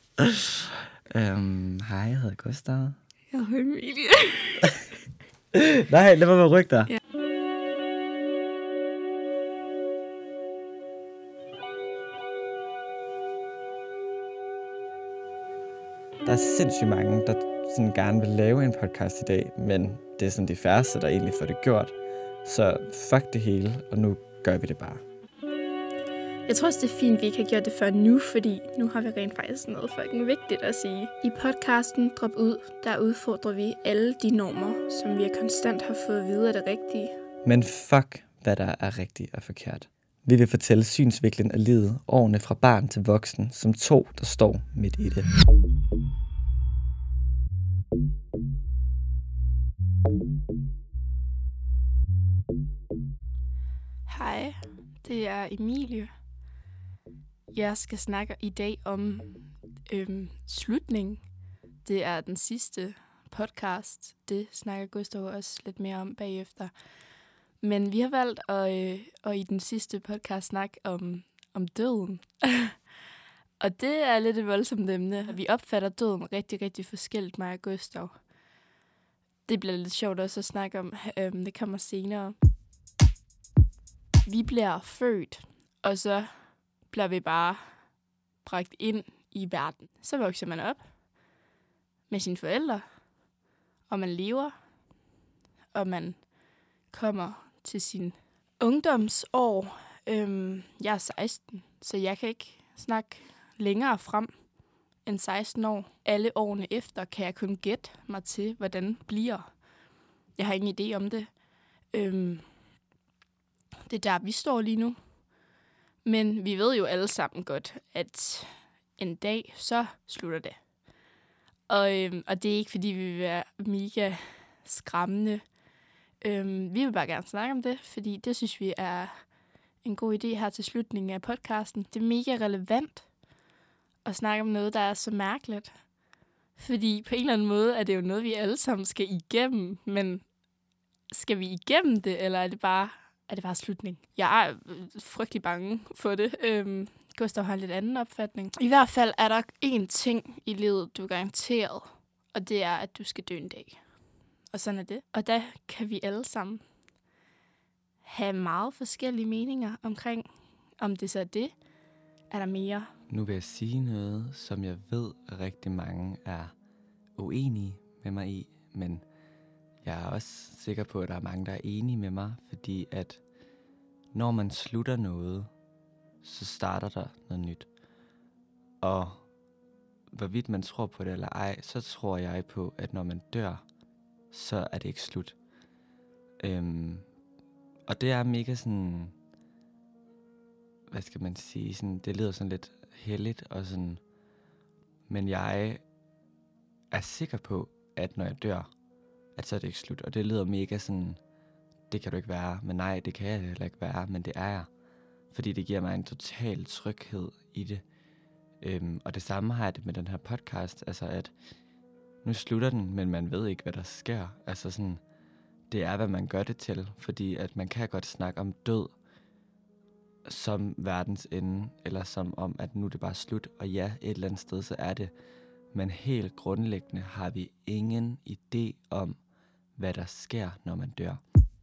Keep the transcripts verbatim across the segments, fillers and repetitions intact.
øhm, hej, jeg hedder Gustav. Jeg hedder Emilie. Nej, lad mig være ryg dig. Ja. Der er sindssygt mange, der sådan gerne vil lave en podcast i dag, men det er sådan de færreste, der egentlig får det gjort. Så fuck det hele, og nu gør vi det bare. Jeg tror også, det er fint, at vi ikke har gjort det før nu, fordi nu har vi rent faktisk noget fucking vigtigt at sige. I podcasten Drop Ud, der udfordrer vi alle de normer, som vi konstant har fået at vide af det rigtige. Men fuck, hvad der er rigtigt og forkert. Vi vil fortælle synsvinklen af livet, årene fra barn til voksen, som to, der står midt i det. Hej, det er Emilie. Jeg skal snakke i dag om øhm, slutningen. Det er den sidste podcast. Det snakker Gustav også lidt mere om bagefter. Men vi har valgt at, øh, at i den sidste podcast snakke om, om døden. Og det er lidt et voldsomt emne. Vi opfatter døden rigtig, rigtig forskelligt, mig og Gustav. Det bliver lidt sjovt også at snakke om. Øhm, det kommer senere. Vi bliver født, og så bliver vi bare bragt ind i verden. Så vokser man op med sine forældre, og man lever, og man kommer til sin ungdomsår. Øhm, jeg er seksten, så jeg kan ikke snakke længere frem end seksten år. Alle årene efter kan jeg kun gætte mig til, hvordan bliver. Jeg har ingen idé om det. Øhm, det er der, vi står lige nu. Men vi ved jo alle sammen godt, at en dag, så slutter det. Og, øhm, og det er ikke, fordi vi vil være mega skræmmende. Øhm, vi vil bare gerne snakke om det, fordi det synes vi er en god idé her til slutningen af podcasten. Det er mega relevant at snakke om noget, der er så mærkeligt. Fordi på en eller anden måde er det jo noget, vi alle sammen skal igennem. Men skal vi igennem det, eller er det bare... er det bare slutning? Jeg er frygtelig bange for det. Øhm, Gustav har en lidt anden opfatning. I hvert fald er der én ting i livet, du er garanteret, og det er, at du skal dø en dag. Og sådan er det. Og der kan vi alle sammen have meget forskellige meninger omkring, om det så er det, er der mere. Nu vil jeg sige noget, som jeg ved, at rigtig mange er uenige med mig i, men jeg er også sikker på, at der er mange, der er enige med mig, fordi at når man slutter noget, så starter der noget nyt. Og hvorvidt man tror på det eller ej, så tror jeg på, at når man dør, så er det ikke slut. Øhm, og det er mega sådan, hvad skal man sige, sådan, det lyder sådan lidt helligt og sådan, men jeg er sikker på, at når jeg dør, at så er det ikke slut. Og det lyder mega sådan, det kan du ikke være, men nej, det kan jeg heller ikke være, men det er jeg. Fordi det giver mig en total tryghed i det. Øhm, og det samme har jeg det med den her podcast, altså at nu slutter den, men man ved ikke, hvad der sker. Altså sådan, det er, hvad man gør det til, fordi at man kan godt snakke om død som verdens ende, eller som om, at nu er det bare slut, og ja, et eller andet sted, så er det. Men helt grundlæggende har vi ingen idé om, hvad der sker, når man dør.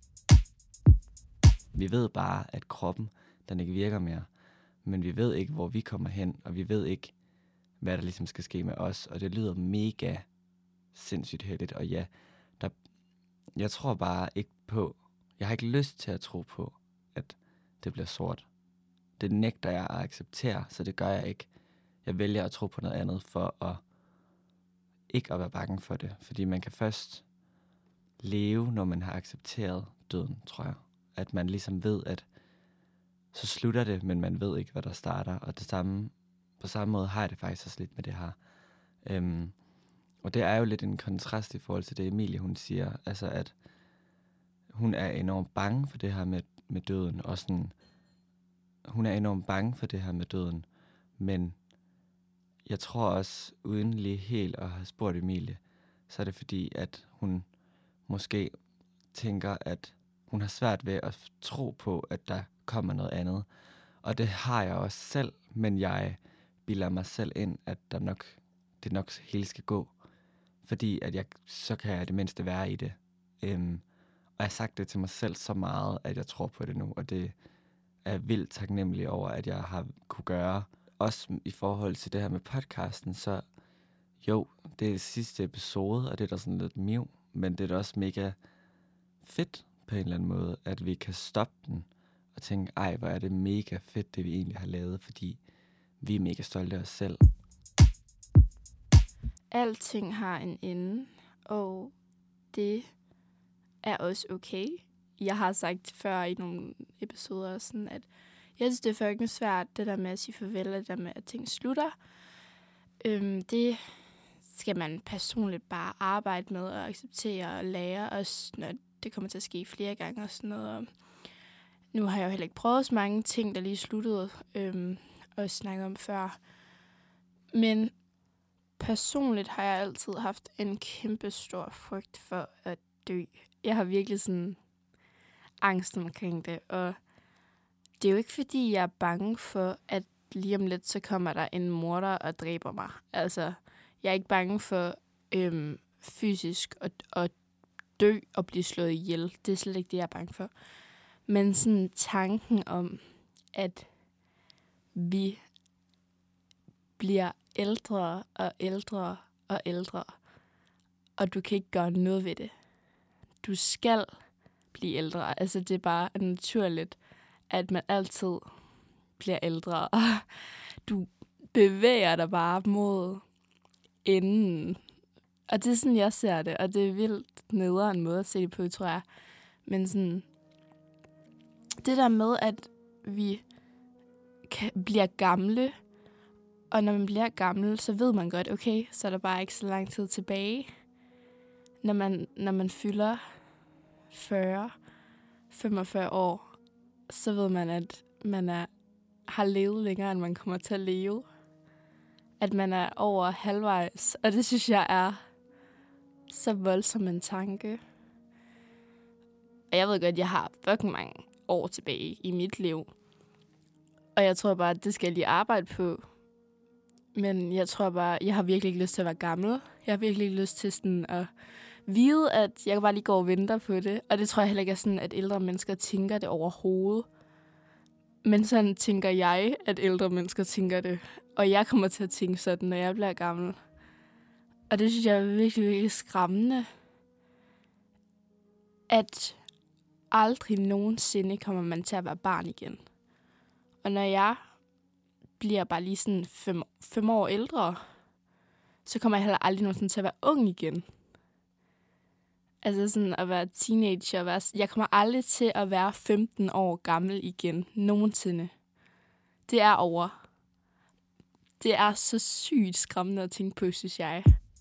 Vi ved bare, at kroppen, den ikke virker mere. Men vi ved ikke, hvor vi kommer hen, og vi ved ikke, hvad der ligesom skal ske med os. Og det lyder mega sindssygt heldigt. Og ja, der, jeg tror bare ikke på, jeg har ikke lyst til at tro på, at det bliver sort. Det nægter jeg at acceptere, så det gør jeg ikke. Jeg vælger at tro på noget andet for at ikke at være bange for det. Fordi man kan først leve, når man har accepteret døden, tror jeg. At man ligesom ved, at så slutter det, men man ved ikke, hvad der starter. Og det samme, på samme måde har jeg det faktisk også lidt med det her. Øhm, og det er jo lidt en kontrast i forhold til det, Emilie hun siger. Altså, at hun er enormt bange for det her med, med døden. Og sådan, hun er enormt bange for det her med døden. Men jeg tror også, uden lige helt at have spurgt Emilie, så er det fordi, at hun måske tænker, at hun har svært ved at tro på, at der kommer noget andet. Og det har jeg også selv, men jeg bilder mig selv ind, at der nok det nok hele skal gå. Fordi at jeg, så kan jeg det mindste være i det. Øhm, og jeg har sagt det til mig selv så meget, at jeg tror på det nu. Og det er jeg vildt taknemmelig over, at jeg har kunne gøre. Også i forhold til det her med podcasten, så jo, det er det sidste episode, og det er der sådan lidt miv. Men det er da også mega fedt på en eller anden måde, at vi kan stoppe den og tænke, ej, hvor er det mega fedt, det vi egentlig har lavet, fordi vi er mega stolte af os selv. Alting har en ende, og det er også okay. Jeg har sagt før i nogle episoder, sådan at jeg synes, det er fucking svært, det der med at sige farvel, det der med, at ting slutter. Øhm, det skal man personligt bare arbejde med og acceptere og lære, også når det kommer til at ske flere gange og sådan noget. Og nu har jeg jo heller ikke prøvet så mange ting, der lige sluttede, øhm, og snakket om før. Men personligt har jeg altid haft en kæmpe stor frygt for at dø. Jeg har virkelig sådan angst omkring det, og det er jo ikke fordi, jeg er bange for, at lige om lidt, så kommer der en morder og dræber mig. Altså, jeg er ikke bange for øhm, fysisk at, at dø og blive slået ihjel. Det er slet ikke det, jeg er bange for. Men sådan tanken om, at vi bliver ældre og ældre og ældre, og du kan ikke gøre noget ved det. Du skal blive ældre. Altså, det er bare naturligt, at man altid bliver ældre, og du bevæger dig bare mod enden. Og det er sådan, jeg ser det, og det er vildt nederen måde at se det på, tror jeg. Men sådan, det der med, at vi kan, bliver gamle, og når man bliver gammel, så ved man godt, okay, så er der bare ikke så lang tid tilbage. Når man, når man fylder fyrre, femogfyrre år, så ved man, at man er, har levet længere, end man kommer til at leve. At man er over halvvejs, og det synes jeg er så voldsom en tanke. Og jeg ved godt, at jeg har fucking mange år tilbage i mit liv. Og jeg tror bare, at det skal jeg lige arbejde på. Men jeg tror bare, jeg har virkelig ikke lyst til at være gammel. Jeg har virkelig ikke lyst til sådan at vide, at jeg kan bare lige gå og vente på det. Og det tror jeg heller ikke er sådan, at ældre mennesker tænker det overhovedet. Men sådan tænker jeg, at ældre mennesker tænker det. Og jeg kommer til at tænke sådan, når jeg bliver gammel. Og det synes jeg er virkelig, virkelig skræmmende. At aldrig nogensinde kommer man til at være barn igen. Og når jeg bliver bare lige sådan fem, fem år ældre, så kommer jeg heller aldrig nogensinde til at være ung igen. Altså sådan at være teenager. Være, jeg kommer aldrig til at være femten år gammel igen. Nogensinde. Det er over. Det er så sygt skræmmende at tænke på, synes jeg.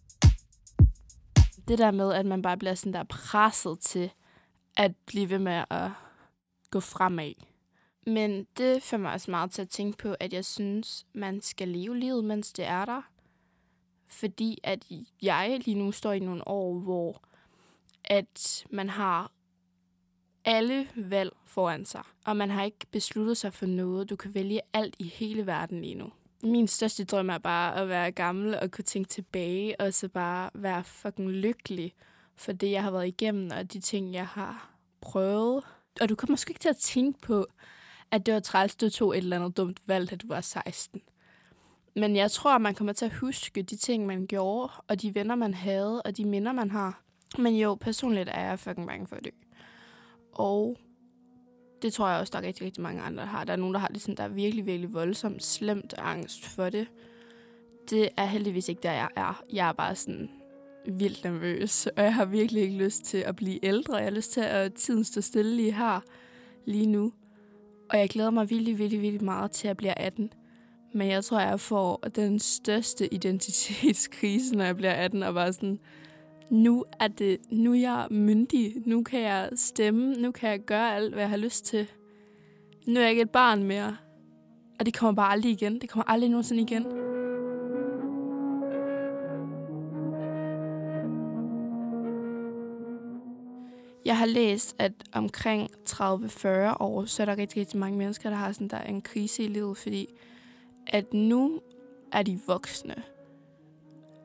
Det der med, at man bare bliver sådan der presset til at blive ved med at gå fremad. Men det får mig også meget til at tænke på, at jeg synes, man skal leve livet, mens det er der. Fordi at jeg lige nu står i nogle år, hvor at man har alle valg foran sig. Og man har ikke besluttet sig for noget. Du kan vælge alt i hele verden lige nu. Min største drøm er bare at være gammel og kunne tænke tilbage, og så bare være fucking lykkelig for det, jeg har været igennem, og de ting, jeg har prøvet. Og du kommer måske ikke til at tænke på, at det var træls, du tog et eller andet dumt valg, da du var seksten. Men jeg tror, at man kommer til at huske de ting, man gjorde, og de venner, man havde, og de minder, man har. Men jo, personligt er jeg fucking bange for at dø. Og det tror jeg også, der er rigtig, rigtig mange andre, der har. Der er nogen, der har det sådan, der er virkelig, virkelig voldsomt slemt angst for det. Det er heldigvis ikke der, jeg er. Jeg er bare sådan vildt nervøs, og jeg har virkelig ikke lyst til at blive ældre. Jeg har lyst til at tiden stå stille lige her, lige nu. Og jeg glæder mig virkelig, virkelig, virkelig meget til at blive atten. Men jeg tror, jeg får den største identitetskrise, når jeg bliver atten, og bare sådan, nu er det, nu er jeg myndig, nu kan jeg stemme, nu kan jeg gøre alt, hvad jeg har lyst til. Nu er jeg ikke et barn mere, og det kommer bare aldrig igen. Det kommer aldrig nogensinde igen. Jeg har læst, at omkring tredive til fyrre år, så er der rigtig, rigtig mange mennesker, der har sådan der en krise i livet, fordi at nu er de voksne.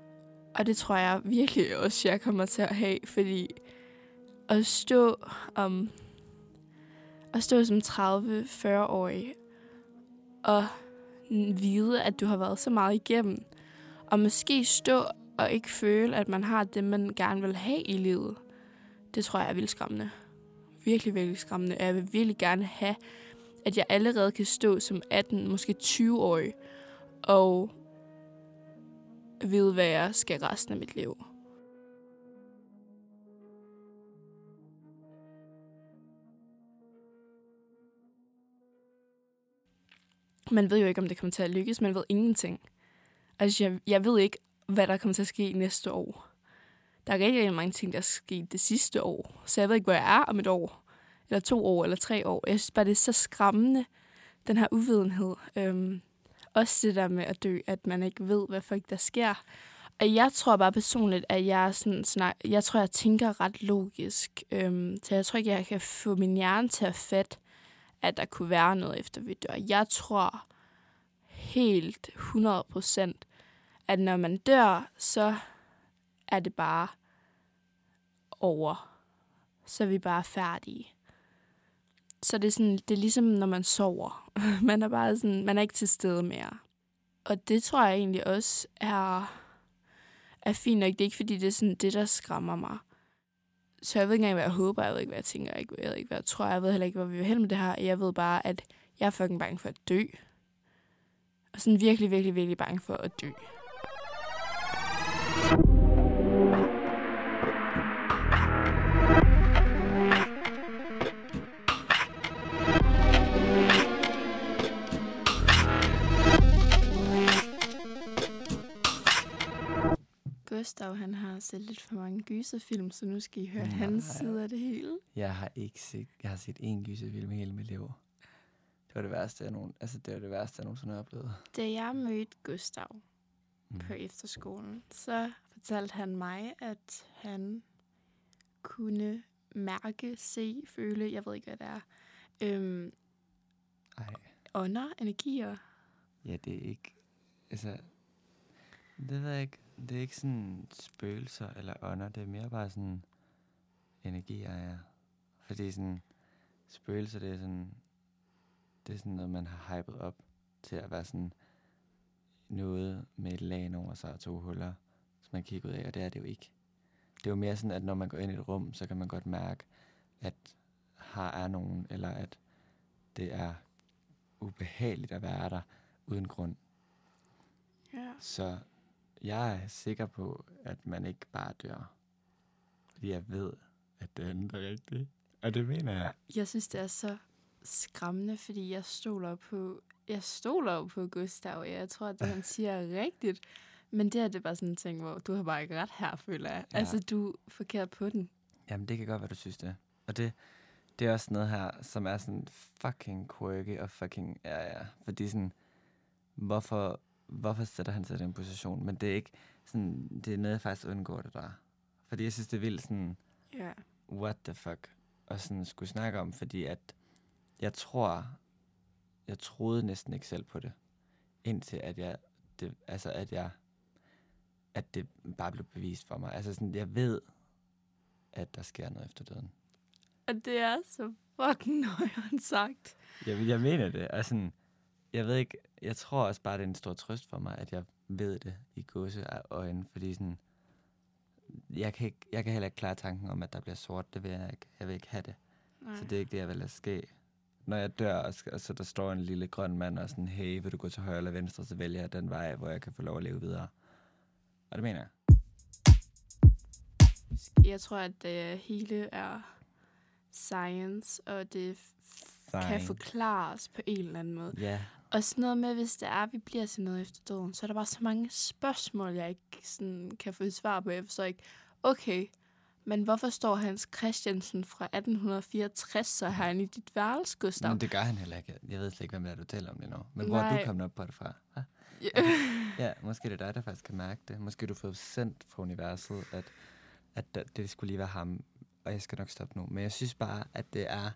Og det tror jeg virkelig også, jeg kommer til at have, fordi at stå, um, at stå som tredive-fyrre-årig og vide, at du har været så meget igennem, og måske stå og ikke føle, at man har det, man gerne vil have i livet, det tror jeg er vildt skræmmende. Virkelig, virkelig skræmmende. Jeg vil virkelig gerne have, at jeg allerede kan stå som atten, måske tyve-årig, og vide, hvad jeg skal resten af mit liv. Man ved jo ikke, om det kommer til at lykkes. Man ved ingenting. Altså, jeg, jeg ved ikke, hvad der kommer til at ske næste år. Der er rigtig, rigtig mange ting, der er sket det sidste år. Så jeg ved ikke, hvor jeg er om et år, eller to år, eller tre år. Jeg synes bare, det er så skræmmende, den her uvidenhed. Øhm, også det der med at dø, at man ikke ved, hvad folk der sker. Og jeg tror bare personligt, at jeg er sådan, snak, jeg tror, jeg tænker ret logisk. Øhm, så jeg tror ikke, jeg kan få min hjerne til at fatte, at der kunne være noget efter vi dør. Jeg tror helt hundrede procent, at når man dør, så er det bare over. Så er vi bare færdige. Så det er, sådan, det er ligesom, når man sover. Man er bare sådan, man er ikke til stede mere. Og det tror jeg egentlig også er, er fint nok. Det er ikke, fordi det er sådan det, der skræmmer mig. Så jeg ved ikke engang, hvad jeg håber. Jeg ved ikke, hvad jeg tænker. Jeg ved ikke, hvad jeg tror. Jeg ved heller ikke, hvor vi vil hen med det her. Jeg ved bare, at jeg er fucking bange for at dø. Og sådan virkelig, virkelig, virkelig bange for at dø. Gustav, han har set lidt for mange gyserfilm, så nu skal I høre Nej. hans side af det hele. Jeg har ikke set, jeg har set én gyserfilm i hele mit liv. Det var det værste, jeg nogen, altså det var det værste, jeg nogensinde har oplevet. Da jeg mødte Gustav mm. på efterskolen, så fortalte han mig, at han kunne mærke, se, føle, jeg ved ikke, hvad det er, øhm, Ej. ånder, energier. Ja, det er ikke, altså, det ved jeg ikke. Det er ikke sådan spøgelser eller ånder. Det er mere bare sådan energier, ja. Fordi sådan spøgelser, det er sådan, det er sådan noget, man har hypet op til at være sådan noget med et lag over sig og to huller, som man kigger ud af, og det er det jo ikke. Det er jo mere sådan, at når man går ind i et rum, så kan man godt mærke, at her er nogen, eller at det er ubehageligt at være der uden grund. Ja. Så jeg er sikker på, at man ikke bare dør. Fordi jeg ved, at det andet er rigtigt. Og det mener jeg. Jeg synes, det er så skræmmende, fordi jeg stoler på, jeg stoler på Gustav, og jeg tror, at det, han siger, er rigtigt. Men det er det bare sådan en ting, hvor du har bare ikke ret her, føler jeg. Ja. Altså, du er forkert på den. Jamen, det kan godt være, du synes det. Og det, det er også noget her, som er sådan fucking quirky og fucking, ja, ja. Fordi sådan, hvorfor, hvorfor sætter han sig i den position? Men det er ikke sådan, det er noget, jeg faktisk undgår det der. Fordi jeg synes, det er vildt sådan, yeah. what the fuck, og sådan skulle snakke om, fordi at jeg tror, jeg troede næsten ikke selv på det, indtil at jeg, det, altså at jeg, at det bare blev bevist for mig. Altså sådan, jeg ved, at der sker noget efter døden. Og det er så fucking nøjeren sagt. Jeg, jeg mener det, og sådan, jeg ved ikke, jeg tror også bare, det er en stor trøst for mig, at jeg ved det i gåseøjne, fordi sådan, jeg kan, ikke, jeg kan heller ikke klare tanken om, at der bliver sort, det vil jeg ikke, jeg vil ikke have det. Nej. Så det er ikke det, jeg vil lade ske. Når jeg dør, og, skal, og så der står en lille grøn mand og sådan, hey, vil du gå til højre eller venstre, så vælger jeg den vej, hvor jeg kan få lov at leve videre. Og det mener jeg. Jeg tror, at det hele er science, og det Science. Kan forklares på en eller anden måde. Yeah. Og sådan noget med, hvis det er, at vi bliver til noget efter døden, så er der bare så mange spørgsmål, jeg ikke sådan kan få svar på. Jeg forstår ikke, okay, men hvorfor står Hans Christiansen fra atten fireogtres så herinde i dit værelse, Gustav? Men det gør han heller ikke. Jeg ved slet ikke, hvem det er, du taler om det nu. Men hvor Nej. er du kommet op på det fra? Ja. Yeah. Ja, måske det er dig, der faktisk kan mærke det. Måske du har fået sendt fra universet, at, at det, det skulle lige være ham. Og jeg skal nok stoppe nu. Men jeg synes bare, at det er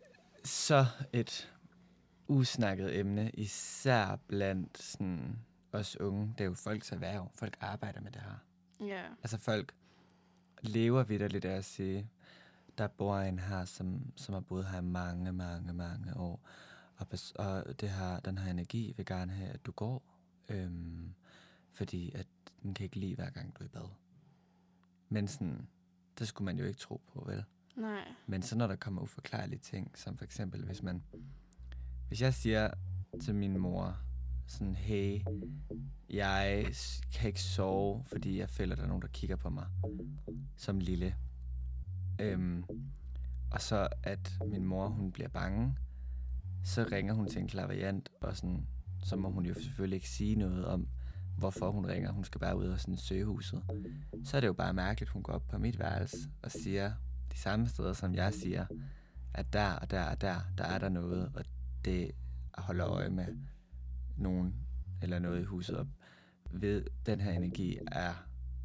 så et usnakket emne, især blandt sådan os unge, det er jo folks erhverv. Folk arbejder med det her. Ja. Altså folk lever vitterligt af at sige, der bor en her, som, som har boet her i mange, mange, mange år. Og, bes- og det her, den her energi vil gerne have, at du går. Øhm, fordi at den kan ikke lide, hver gang du er i bad. Men sådan, det skulle man jo ikke tro på, vel? Nej. Men så når der kommer uforklarlige ting, som for eksempel, hvis man... Hvis jeg siger til min mor, sådan, hey, jeg kan ikke sove, fordi jeg føler, der er nogen, der kigger på mig som lille. Øhm, og så at min mor, hun bliver bange, så ringer hun til en klaverjant, og sådan, så må hun jo selvfølgelig ikke sige noget om, hvorfor hun ringer. Hun skal bare ud og sådan søge huset. Så er det jo bare mærkeligt, hun går op på mit værelse og siger de samme steder, som jeg siger, at der og der og der, der er der noget, og det holder øje med nogen eller noget i huset op. Ved, den her energi er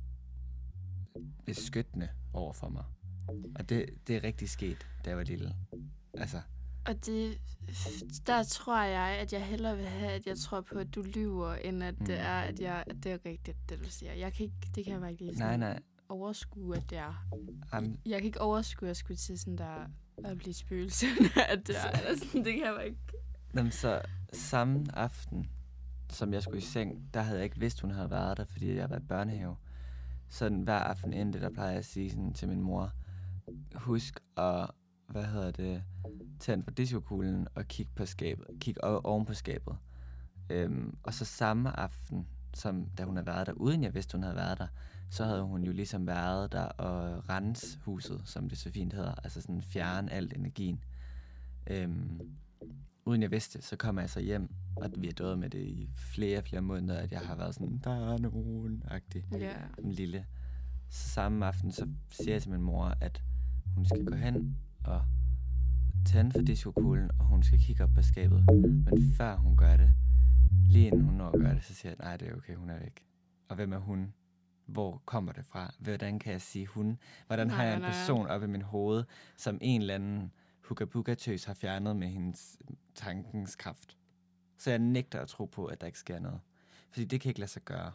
beskyttende over for mig. Og det, det er rigtig sket, da jeg var lille. Altså. Og det, der tror jeg, at jeg hellere vil have, at jeg tror på, at du lyver, end at mm. det er, at, jeg, at det er rigtigt, det du siger. Jeg kan ikke, det kan jeg bare ikke lige sådan nej, nej. overskue, at det er. Um, jeg kan ikke overskue, at skulle til sådan der at blive spøgelse, at det er. Eller sådan, det kan jeg bare ikke. Jamen, så samme aften, som jeg skulle i seng, der havde jeg ikke vidst, hun havde været der, fordi jeg var i børnehave. Sådan hver aften inden det, der plejer jeg at sige sådan, til min mor, husk at, hvad hedder det, tænde på diskokuglen og kigge på skabet, kigge oven på skabet. Øhm, og så samme aften, som da hun havde været der, uden jeg vidste, hun havde været der, så havde hun jo ligesom været der og rense huset, som det så fint hedder, altså sådan fjerne alt energien. Øhm, uden jeg vidste, så kom jeg så hjem, og vi har døjet med det i flere, flere måneder, at jeg har været sådan, der er nogen-agtig, yeah. som lille. Så samme aften, så siger jeg til min mor, at hun skal gå hen og tænde for diskokuglen, og hun skal kigge op på skabet. Men før hun gør det, lige inden hun når at gøre det, så siger jeg, nej, det er okay, hun er væk. Og hvem er hun? Hvor kommer det fra? Hvordan kan jeg sige hun? Hvordan nej, har jeg en person op i min hoved, som en eller anden hugga-bugga-tøs har fjernet med hendes tankens kraft? Så jeg nægter at tro på, at der ikke sker noget. Fordi det kan ikke lade sig gøre.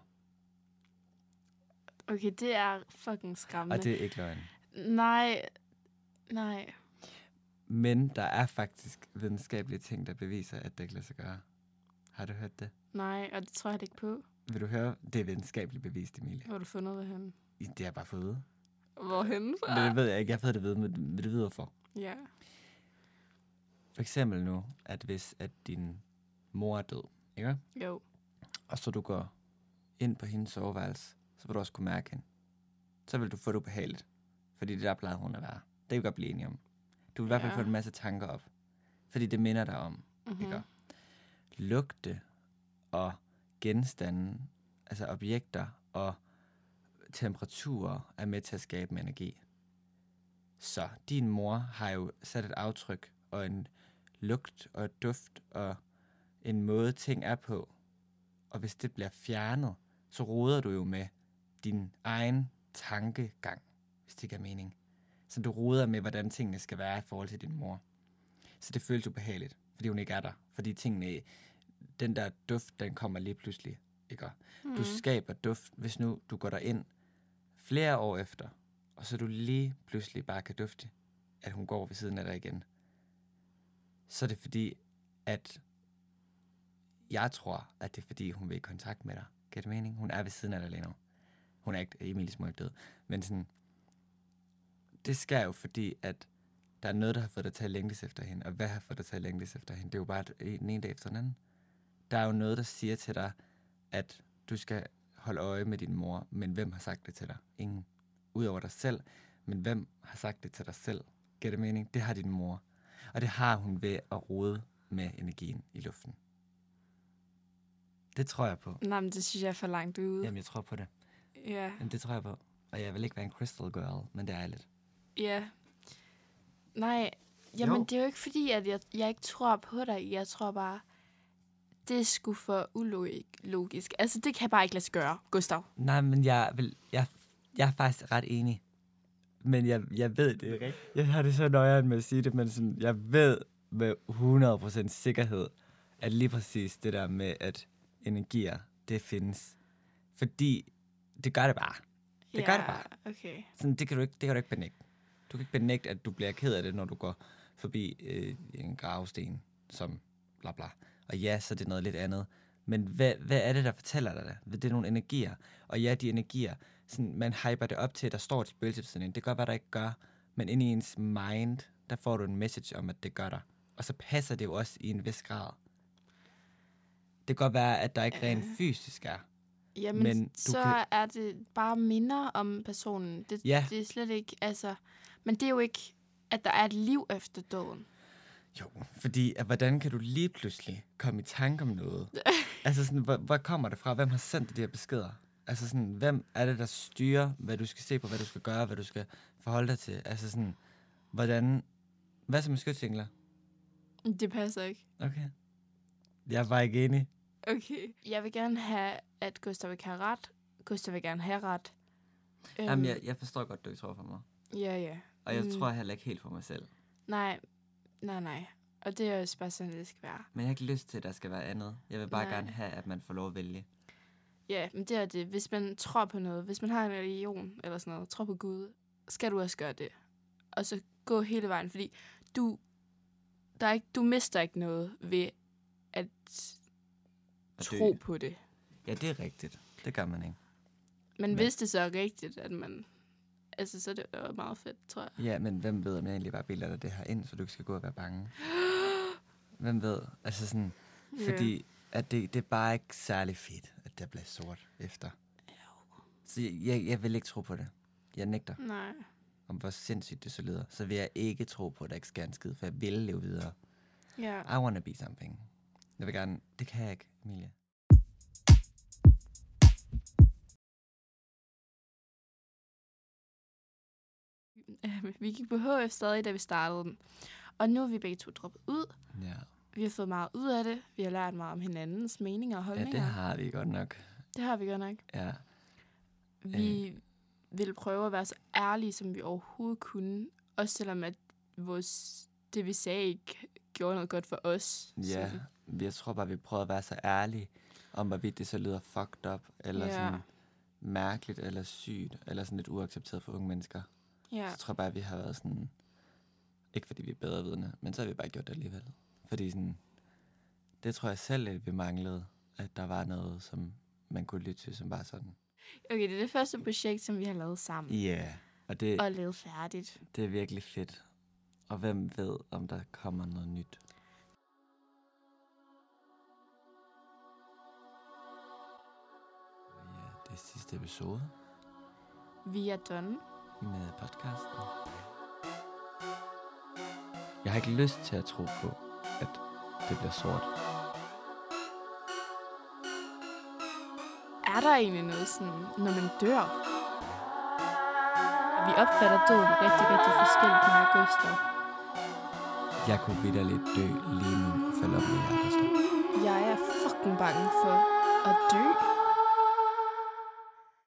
Okay, det er fucking skræmmende. Og det er ikke løgn. Nej, nej. Men der er faktisk videnskabelige ting, der beviser, at det ikke lader sig gøre. Har du hørt det? Nej, og det tror jeg ikke på. Vil du høre? Det er videnskabeligt bevist, Emilie. Hvor har du fundet det henne? Det har jeg bare fået ud. Hvorhenne fra? Men det ved jeg ikke. Jeg har fået det ved, men vil det videre for? Ja. For eksempel nu, at hvis at din mor er død, ikke? Jo. Og så du går ind på hendes soveværelse, så vil du også kunne mærke hende. Så vil du få det ubehageligt. Fordi det der plejede hun at være. Det kan vi godt blive enige om. Du vil i hvert fald ja. få en masse tanker op. Fordi det minder dig om. Mm-hmm. Ikke? Lugte og genstande, altså objekter og temperaturer er med til at skabe energi. Så din mor har jo sat et aftryk og en lugt og et duft og en måde ting er på. Og hvis det bliver fjernet, så roder du jo med din egen tankegang, hvis det giver mening. Så du roder med, hvordan tingene skal være i forhold til din mor. Så det føles ubehageligt, fordi hun ikke er der. Fordi tingene, den der duft, den kommer lige pludselig. Ikke? Mm. Du skaber duft, hvis nu du går derind flere år efter, og så du lige pludselig bare kan dufte, at hun går ved siden af dig igen. Så er det fordi, at jeg tror, at det er fordi, hun vil i kontakt med dig. Giver det mening? Hun er ved siden af dig lige nu. Hun er ikke, Emilies mor er ikke død. Men sådan, det sker jo fordi, at der er noget, der har fået dig til at længes efter hende. Og hvad har fået dig til at længes efter hende? Det er jo bare den ene dag efter den anden. Der er jo noget, der siger til dig, at du skal holde øje med din mor. Men hvem har sagt det til dig? Ingen. Udover dig selv. Men hvem har sagt det til dig selv? Giver det mening? Det har din mor. Og det har hun ved at rode med energien i luften. Det tror jeg på. Nej, men det synes jeg er for langt ude. Jamen, jeg tror på det. Ja. Jamen, det tror jeg på. Og jeg vil ikke være en crystal girl, men det er jeg lidt. Ja. Nej, jamen Jo. det er jo ikke fordi, at jeg, jeg ikke tror på dig. Jeg tror bare, det er sgu for ulogisk. Altså, det kan jeg bare ikke lade sig gøre, Gustav. Nej, men jeg, vil, jeg, jeg er faktisk ret enig. Men jeg, jeg ved det ikke. Jeg har det så nøjeren med at sige det, men sådan, jeg ved med hundrede procent sikkerhed, at lige præcis det der med, at energier det findes. Fordi det gør det bare. Det ja, gør det bare. Okay. Sådan, det, kan du ikke, det kan du ikke benægte. Du kan ikke benægte, at du bliver ked af det, når du går forbi øh, en gravsten, som bla bla. Og ja, så er det noget lidt andet. Men hvad, hvad er det, der fortæller dig det? Det er nogle energier. Og ja, de energier, sådan, man hyper det op til, at der står et spøgelse på sådan en. Det gør, hvad der ikke gør. Men inde i ens mind, der får du en message om, at det gør der. Og så passer det jo også i en vis grad. Det kan godt være, at der ikke Ja. rent fysisk er. Jamen, Men du så kan- er det bare minder om personen. Det, Ja. det er slet ikke, altså... Men det er jo ikke, at der er et liv efter døden. Jo, fordi at, hvordan kan du lige pludselig komme i tanke om noget? altså sådan, hvor, hvor kommer det fra? Hvem har sendt dig de her beskeder? Altså sådan, hvem er det, der styrer, hvad du skal se på, hvad du skal gøre, hvad du skal forholde dig til? Altså sådan, hvordan... Hvad så med skytsengler? Det passer ikke. Okay. Jeg var ikke enig. Okay. Jeg vil gerne have, at Gustav ikke har ret. Gustav vil gerne have ret. Øhm, Jamen, jeg, jeg forstår godt, du ikke tror for mig. Ja, ja. Og jeg Mm. tror heller ikke helt for mig selv. Nej, nej, nej. Og det er også bare sådan, det skal være. Men jeg har ikke lyst til, at der skal være andet. Jeg vil bare Nej. gerne have, at man får lov at vælge. Ja, men det er det. Hvis man tror på noget, hvis man har en religion eller sådan noget, tror på Gud, skal du også gøre det. Og så gå hele vejen, fordi du, der er ikke, du mister ikke noget ved at At dø. tro på det. Ja, det er rigtigt. Det gør man ikke. Men Men- hvis det så er rigtigt, at man... Altså, så er det jo meget fedt, tror jeg. Ja, men hvem ved, om jeg egentlig bare bilder dig det her ind, så du ikke skal gå og være bange? Hvem ved? Altså sådan, Ja. fordi at det, det er bare ikke særlig fedt, at det bliver sort efter. Så jeg, jeg, jeg vil ikke tro på det. Jeg nægter, Nej. om hvor sindssygt det så lyder. Så vil jeg ikke tro på, at der ikke sker en skid, for jeg vil leve videre. Ja. I wanna be something. Jeg vil gerne... Det kan jeg ikke, Emilie. Øh, Vi gik på H F stadig, da vi startede den. Og nu er vi begge to droppet ud. Ja, Vi har fået meget ud af det. Vi har lært meget om hinandens meninger og ja holdninger. det har vi godt nok. det har vi godt nok. Ja. Vi øh. vil prøve at være så ærlige, som vi overhovedet kunne. Også selvom at vores, det, vi sagde, ikke gjorde noget godt for os. Ja, Sådan. jeg tror bare, vi prøver at være så ærlige om, hvorvidt det så lyder fucked up, eller Ja. sådan mærkeligt, eller sygt, eller sådan lidt uaccepteret for unge mennesker. Ja. Så tror jeg bare, at vi har været sådan, ikke fordi vi er bedre vidne, men så har vi bare gjort det alligevel. Fordi sådan, det tror jeg selv lidt, vi manglede, at der var noget, som man kunne lytte til, som var sådan. Okay, det er det første projekt, som vi har lavet sammen. Ja, yeah. og det, Og lavet færdigt. det er virkelig fedt. Og hvem ved, om der kommer noget nyt. Ja, det er sidste episode Vi er done. med podcasten. Jeg har ikke lyst til at tro på, at det bliver sort. Er der egentlig noget sådan, når man dør? Vi opfatter døden rigtig, rigtig forskelligt, mig og Gustav. Jeg kunne vitterligt dø lige nu og falde op med hjertestop. Jeg er fucking bange for at dø.